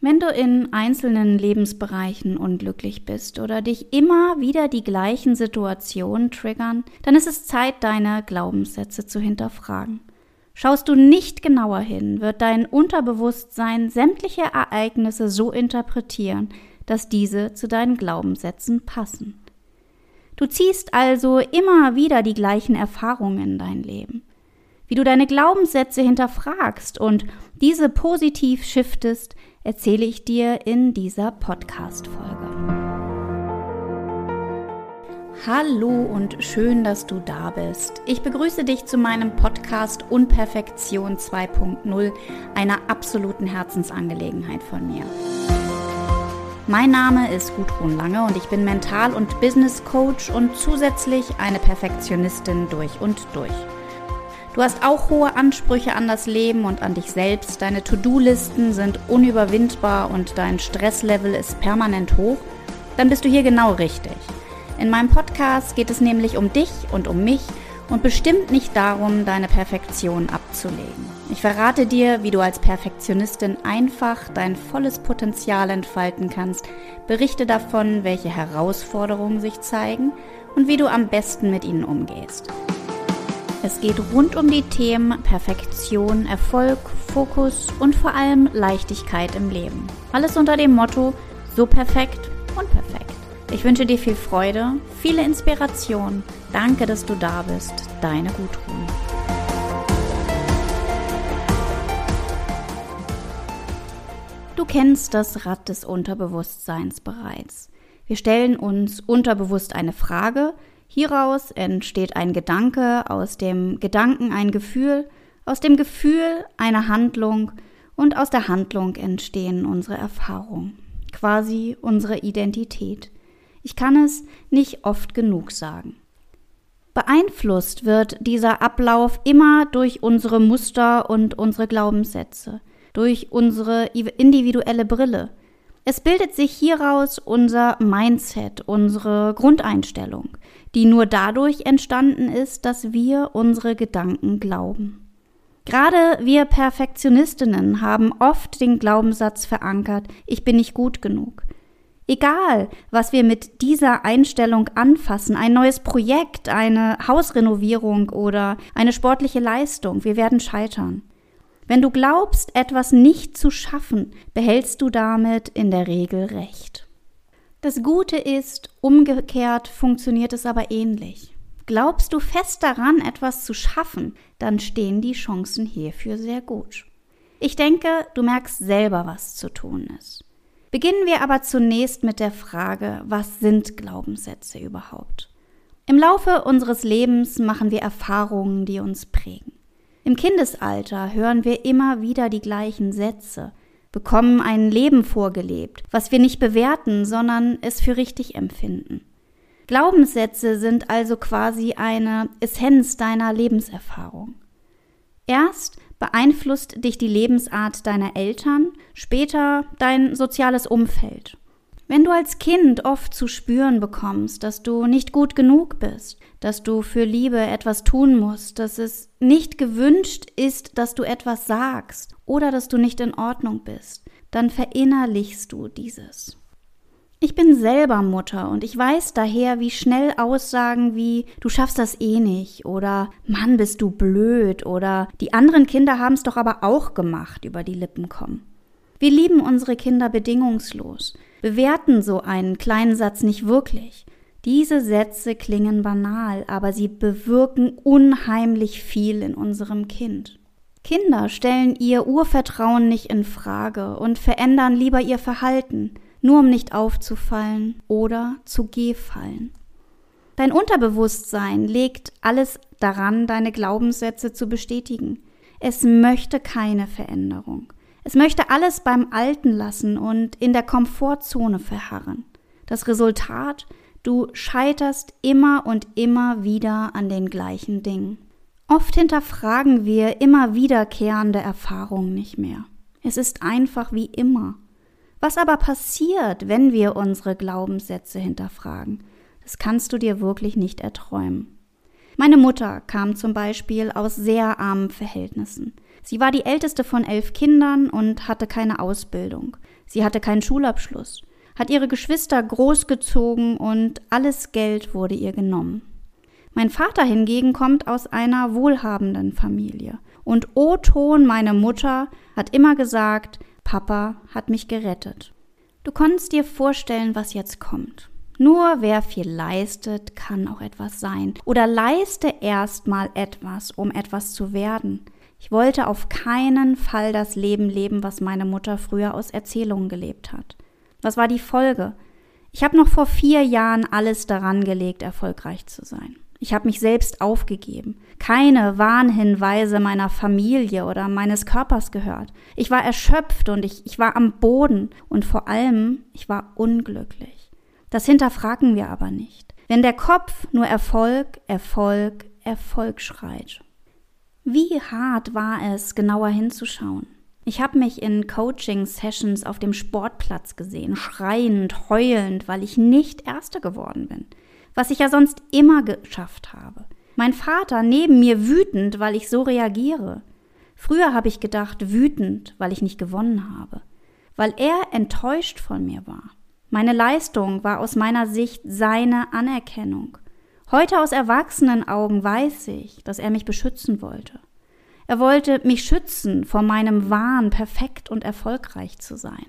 Wenn du in einzelnen Lebensbereichen unglücklich bist oder dich immer wieder die gleichen Situationen triggern, dann ist es Zeit, deine Glaubenssätze zu hinterfragen. Schaust du nicht genauer hin, wird dein Unterbewusstsein sämtliche Ereignisse so interpretieren, dass diese zu deinen Glaubenssätzen passen. Du ziehst also immer wieder die gleichen Erfahrungen in dein Leben. Wie du deine Glaubenssätze hinterfragst und diese positiv shiftest, erzähle ich dir in dieser Podcast-Folge. Hallo und schön, dass du da bist. Ich begrüße dich zu meinem Podcast Unperfektion 2.0, einer absoluten Herzensangelegenheit von mir. Mein Name ist Gudrun Lange und ich bin Mental- und Business Coach und zusätzlich eine Perfektionistin durch und durch. Du hast auch hohe Ansprüche an das Leben und an dich selbst. Deine To-Do-Listen sind unüberwindbar und dein Stresslevel ist permanent hoch. Dann bist du hier genau richtig. In meinem Podcast geht es nämlich um dich und um mich und bestimmt nicht darum, deine Perfektion abzulegen. Ich verrate dir, wie du als Perfektionistin einfach dein volles Potenzial entfalten kannst, berichte davon, welche Herausforderungen sich zeigen und wie du am besten mit ihnen umgehst. Es geht rund um die Themen Perfektion, Erfolg, Fokus und vor allem Leichtigkeit im Leben. Alles unter dem Motto, so perfekt und perfekt. Ich wünsche dir viel Freude, viele Inspiration. Danke, dass du da bist. Deine Gudrun. Du kennst das Rad des Unterbewusstseins bereits. Wir stellen uns unterbewusst eine Frage. Hieraus entsteht ein Gedanke, aus dem Gedanken ein Gefühl, aus dem Gefühl eine Handlung und aus der Handlung entstehen unsere Erfahrungen, quasi unsere Identität. Ich kann es nicht oft genug sagen. Beeinflusst wird dieser Ablauf immer durch unsere Muster und unsere Glaubenssätze, durch unsere individuelle Brille. Es bildet sich hieraus unser Mindset, unsere Grundeinstellung, die nur dadurch entstanden ist, dass wir unsere Gedanken glauben. Gerade wir Perfektionistinnen haben oft den Glaubenssatz verankert, ich bin nicht gut genug. Egal, was wir mit dieser Einstellung anfassen, ein neues Projekt, eine Hausrenovierung oder eine sportliche Leistung, wir werden scheitern. Wenn du glaubst, etwas nicht zu schaffen, behältst du damit in der Regel recht. Das Gute ist, umgekehrt funktioniert es aber ähnlich. Glaubst du fest daran, etwas zu schaffen, dann stehen die Chancen hierfür sehr gut. Ich denke, du merkst selber, was zu tun ist. Beginnen wir aber zunächst mit der Frage, was sind Glaubenssätze überhaupt? Im Laufe unseres Lebens machen wir Erfahrungen, die uns prägen. Im Kindesalter hören wir immer wieder die gleichen Sätze, bekommen ein Leben vorgelebt, was wir nicht bewerten, sondern es für richtig empfinden. Glaubenssätze sind also quasi eine Essenz deiner Lebenserfahrung. Erst beeinflusst dich die Lebensart deiner Eltern, später dein soziales Umfeld. Wenn du als Kind oft zu spüren bekommst, dass du nicht gut genug bist, dass du für Liebe etwas tun musst, dass es nicht gewünscht ist, dass du etwas sagst oder dass du nicht in Ordnung bist, dann verinnerlichst du dieses. Ich bin selber Mutter und ich weiß daher, wie schnell Aussagen wie du schaffst das eh nicht oder Mann, bist du blöd oder die anderen Kinder haben es doch aber auch gemacht über die Lippen kommen. Wir lieben unsere Kinder bedingungslos, bewerten so einen kleinen Satz nicht wirklich. Diese Sätze klingen banal, aber sie bewirken unheimlich viel in unserem Kind. Kinder stellen ihr Urvertrauen nicht in Frage und verändern lieber ihr Verhalten, nur um nicht aufzufallen oder zu gefallen. Dein Unterbewusstsein legt alles daran, deine Glaubenssätze zu bestätigen. Es möchte keine Veränderung. Es möchte alles beim Alten lassen und in der Komfortzone verharren. Das Resultat: du scheiterst immer und immer wieder an den gleichen Dingen. Oft hinterfragen wir immer wiederkehrende Erfahrungen nicht mehr. Es ist einfach wie immer. Was aber passiert, wenn wir unsere Glaubenssätze hinterfragen? Das kannst du dir wirklich nicht erträumen. Meine Mutter kam zum Beispiel aus sehr armen Verhältnissen. Sie war die älteste von 11 Kindern und hatte keine Ausbildung. Sie hatte keinen Schulabschluss, hat ihre Geschwister großgezogen und alles Geld wurde ihr genommen. Mein Vater hingegen kommt aus einer wohlhabenden Familie. Und O-Ton, meine Mutter, hat immer gesagt, Papa hat mich gerettet. Du konntest dir vorstellen, was jetzt kommt. Nur wer viel leistet, kann auch etwas sein. Oder leiste erst mal etwas, um etwas zu werden. Ich wollte auf keinen Fall das Leben leben, was meine Mutter früher aus Erzählungen gelebt hat. Was war die Folge? Ich habe noch vor 4 Jahren alles daran gelegt, erfolgreich zu sein. Ich habe mich selbst aufgegeben. Keine Warnhinweise meiner Familie oder meines Körpers gehört. Ich war erschöpft und ich war am Boden und vor allem, ich war unglücklich. Das hinterfragen wir aber nicht. Wenn der Kopf nur Erfolg, Erfolg, Erfolg schreit. Wie hart war es, genauer hinzuschauen? Ich habe mich in Coaching-Sessions auf dem Sportplatz gesehen, schreiend, heulend, weil ich nicht Erste geworden bin. Was ich ja sonst immer geschafft habe. Mein Vater neben mir wütend, weil ich so reagiere. Früher habe ich gedacht, wütend, weil ich nicht gewonnen habe. Weil er enttäuscht von mir war. Meine Leistung war aus meiner Sicht seine Anerkennung. Heute aus erwachsenen Augen weiß ich, dass er mich beschützen wollte. Er wollte mich schützen vor meinem Wahn, perfekt und erfolgreich zu sein.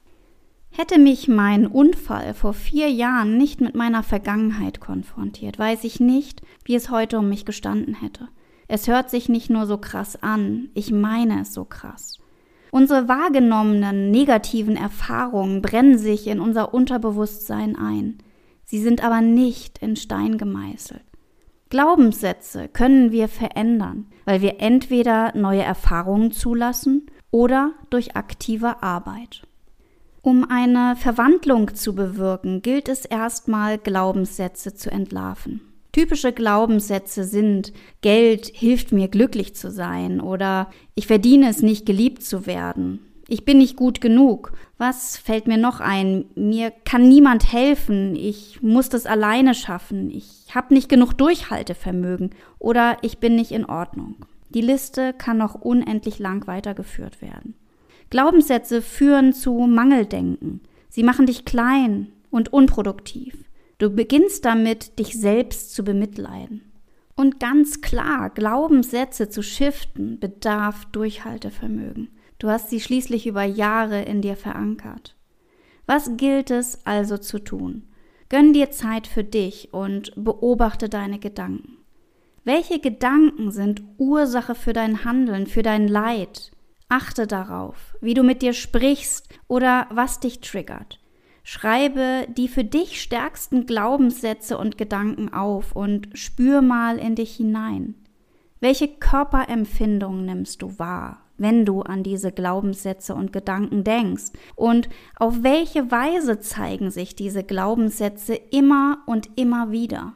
Hätte mich mein Unfall vor 4 Jahren nicht mit meiner Vergangenheit konfrontiert, weiß ich nicht, wie es heute um mich gestanden hätte. Es hört sich nicht nur so krass an, ich meine es so krass. Unsere wahrgenommenen negativen Erfahrungen brennen sich in unser Unterbewusstsein ein. Sie sind aber nicht in Stein gemeißelt. Glaubenssätze können wir verändern, weil wir entweder neue Erfahrungen zulassen oder durch aktive Arbeit. Um eine Verwandlung zu bewirken, gilt es erstmal, Glaubenssätze zu entlarven. Typische Glaubenssätze sind, Geld hilft mir glücklich zu sein oder ich verdiene es nicht, geliebt zu werden. Ich bin nicht gut genug. Was fällt mir noch ein? Mir kann niemand helfen. Ich muss das alleine schaffen. Ich habe nicht genug Durchhaltevermögen oder ich bin nicht in Ordnung. Die Liste kann noch unendlich lang weitergeführt werden. Glaubenssätze führen zu Mangeldenken. Sie machen dich klein und unproduktiv. Du beginnst damit, dich selbst zu bemitleiden. Und ganz klar, Glaubenssätze zu shiften bedarf Durchhaltevermögen. Du hast sie schließlich über Jahre in dir verankert. Was gilt es also zu tun? Gönn dir Zeit für dich und beobachte deine Gedanken. Welche Gedanken sind Ursache für dein Handeln, für dein Leid? Achte darauf, wie du mit dir sprichst oder was dich triggert. Schreibe die für dich stärksten Glaubenssätze und Gedanken auf und spür mal in dich hinein. Welche Körperempfindungen nimmst du wahr, wenn du an diese Glaubenssätze und Gedanken denkst? Und auf welche Weise zeigen sich diese Glaubenssätze immer und immer wieder?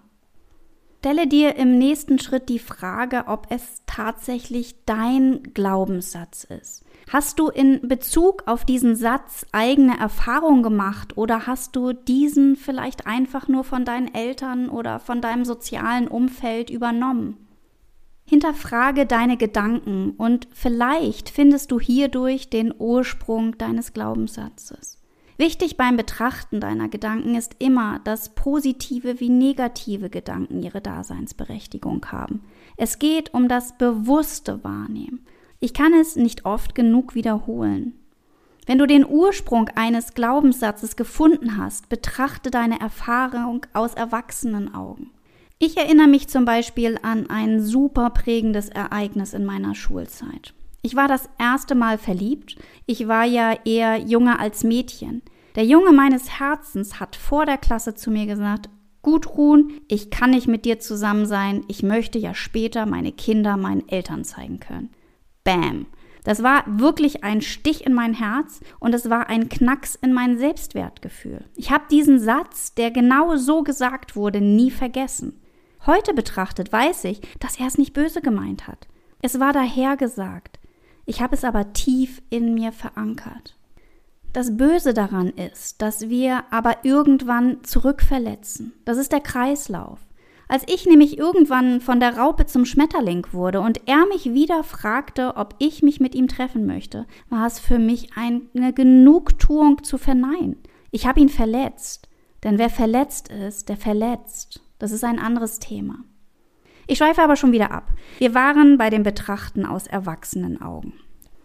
Stelle dir im nächsten Schritt die Frage, ob es tatsächlich dein Glaubenssatz ist. Hast du in Bezug auf diesen Satz eigene Erfahrungen gemacht oder hast du diesen vielleicht einfach nur von deinen Eltern oder von deinem sozialen Umfeld übernommen? Hinterfrage deine Gedanken und vielleicht findest du hierdurch den Ursprung deines Glaubenssatzes. Wichtig beim Betrachten deiner Gedanken ist immer, dass positive wie negative Gedanken ihre Daseinsberechtigung haben. Es geht um das bewusste Wahrnehmen. Ich kann es nicht oft genug wiederholen. Wenn du den Ursprung eines Glaubenssatzes gefunden hast, betrachte deine Erfahrung aus erwachsenen Augen. Ich erinnere mich zum Beispiel an ein super prägendes Ereignis in meiner Schulzeit. Ich war das erste Mal verliebt. Ich war ja eher Junge als Mädchen. Der Junge meines Herzens hat vor der Klasse zu mir gesagt, Gudrun, ich kann nicht mit dir zusammen sein. Ich möchte ja später meine Kinder meinen Eltern zeigen können. Bam! Das war wirklich ein Stich in mein Herz und es war ein Knacks in mein Selbstwertgefühl. Ich habe diesen Satz, der genau so gesagt wurde, nie vergessen. Heute betrachtet weiß ich, dass er es nicht böse gemeint hat. Es war dahergesagt. Ich habe es aber tief in mir verankert. Das Böse daran ist, dass wir aber irgendwann zurückverletzen. Das ist der Kreislauf. Als ich nämlich irgendwann von der Raupe zum Schmetterling wurde und er mich wieder fragte, ob ich mich mit ihm treffen möchte, war es für mich eine Genugtuung zu verneinen. Ich habe ihn verletzt, denn wer verletzt ist, der verletzt. Das ist ein anderes Thema. Ich schweife aber schon wieder ab. Wir waren bei dem Betrachten aus erwachsenen Augen.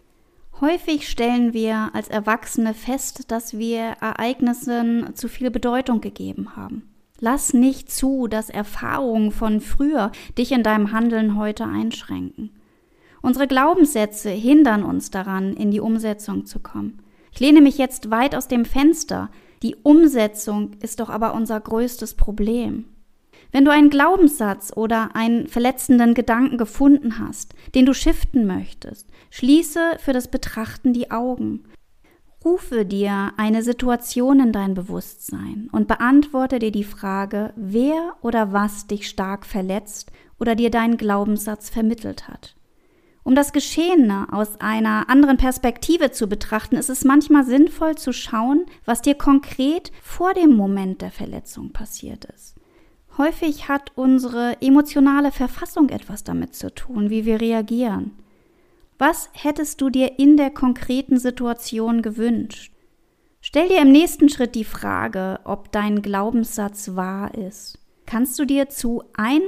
Häufig stellen wir als Erwachsene fest, dass wir Ereignissen zu viel Bedeutung gegeben haben. Lass nicht zu, dass Erfahrungen von früher dich in deinem Handeln heute einschränken. Unsere Glaubenssätze hindern uns daran, in die Umsetzung zu kommen. Ich lehne mich jetzt weit aus dem Fenster. Die Umsetzung ist doch aber unser größtes Problem. Wenn du einen Glaubenssatz oder einen verletzenden Gedanken gefunden hast, den du shiften möchtest, schließe für das Betrachten die Augen. Rufe dir eine Situation in dein Bewusstsein und beantworte dir die Frage, wer oder was dich stark verletzt oder dir deinen Glaubenssatz vermittelt hat. Um das Geschehene aus einer anderen Perspektive zu betrachten, ist es manchmal sinnvoll zu schauen, was dir konkret vor dem Moment der Verletzung passiert ist. Häufig hat unsere emotionale Verfassung etwas damit zu tun, wie wir reagieren. Was hättest du dir in der konkreten Situation gewünscht? Stell dir im nächsten Schritt die Frage, ob dein Glaubenssatz wahr ist. Kannst du dir zu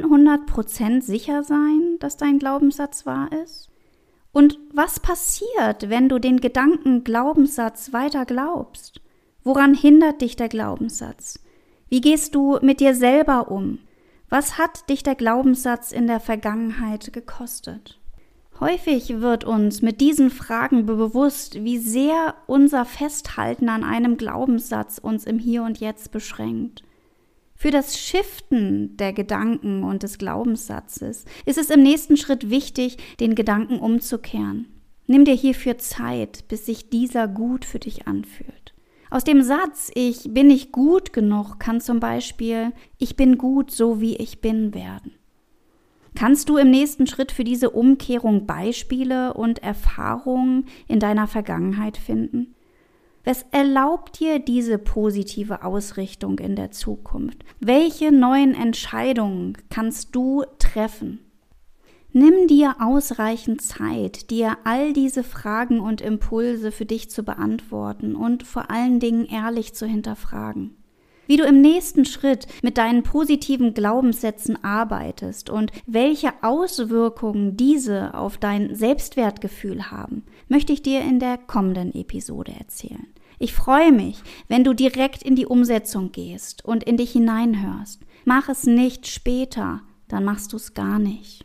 100% sicher sein, dass dein Glaubenssatz wahr ist? Und was passiert, wenn du den Gedanken Glaubenssatz weiter glaubst? Woran hindert dich der Glaubenssatz? Wie gehst du mit dir selber um? Was hat dich der Glaubenssatz in der Vergangenheit gekostet? Häufig wird uns mit diesen Fragen bewusst, wie sehr unser Festhalten an einem Glaubenssatz uns im Hier und Jetzt beschränkt. Für das Shiften der Gedanken und des Glaubenssatzes ist es im nächsten Schritt wichtig, den Gedanken umzukehren. Nimm dir hierfür Zeit, bis sich dieser gut für dich anfühlt. Aus dem Satz, ich bin nicht gut genug, kann zum Beispiel, ich bin gut, so wie ich bin, werden. Kannst du im nächsten Schritt für diese Umkehrung Beispiele und Erfahrungen in deiner Vergangenheit finden? Was erlaubt dir diese positive Ausrichtung in der Zukunft? Welche neuen Entscheidungen kannst du treffen? Nimm dir ausreichend Zeit, dir all diese Fragen und Impulse für dich zu beantworten und vor allen Dingen ehrlich zu hinterfragen. Wie du im nächsten Schritt mit deinen positiven Glaubenssätzen arbeitest und welche Auswirkungen diese auf dein Selbstwertgefühl haben, möchte ich dir in der kommenden Episode erzählen. Ich freue mich, wenn du direkt in die Umsetzung gehst und in dich hineinhörst. Mach es nicht später, dann machst du es gar nicht.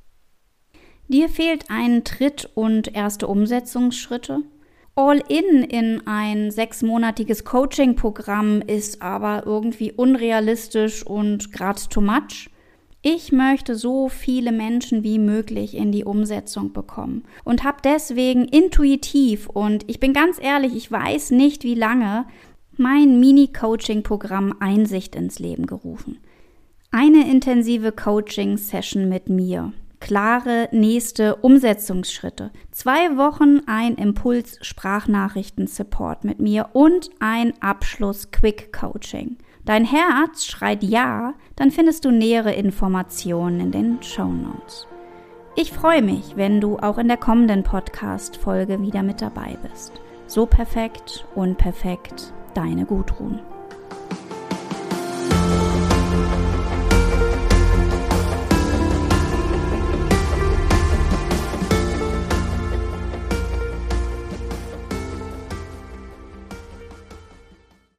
Dir fehlt ein Tritt und erste Umsetzungsschritte? All-in ein 6-monatiges Coaching-Programm ist aber irgendwie unrealistisch und gerade too much. Ich möchte so viele Menschen wie möglich in die Umsetzung bekommen und habe deswegen intuitiv und ich bin ganz ehrlich, ich weiß nicht wie lange, mein Mini-Coaching-Programm Einsicht ins Leben gerufen. Eine intensive Coaching-Session mit mir. Klare nächste Umsetzungsschritte. 2 Wochen ein Impuls-Sprachnachrichten-Support mit mir und ein Abschluss-Quick-Coaching. Dein Herz schreit ja, dann findest du nähere Informationen in den Shownotes. Ich freue mich, wenn du auch in der kommenden Podcast-Folge wieder mit dabei bist. So perfekt, unperfekt, deine Gudrun.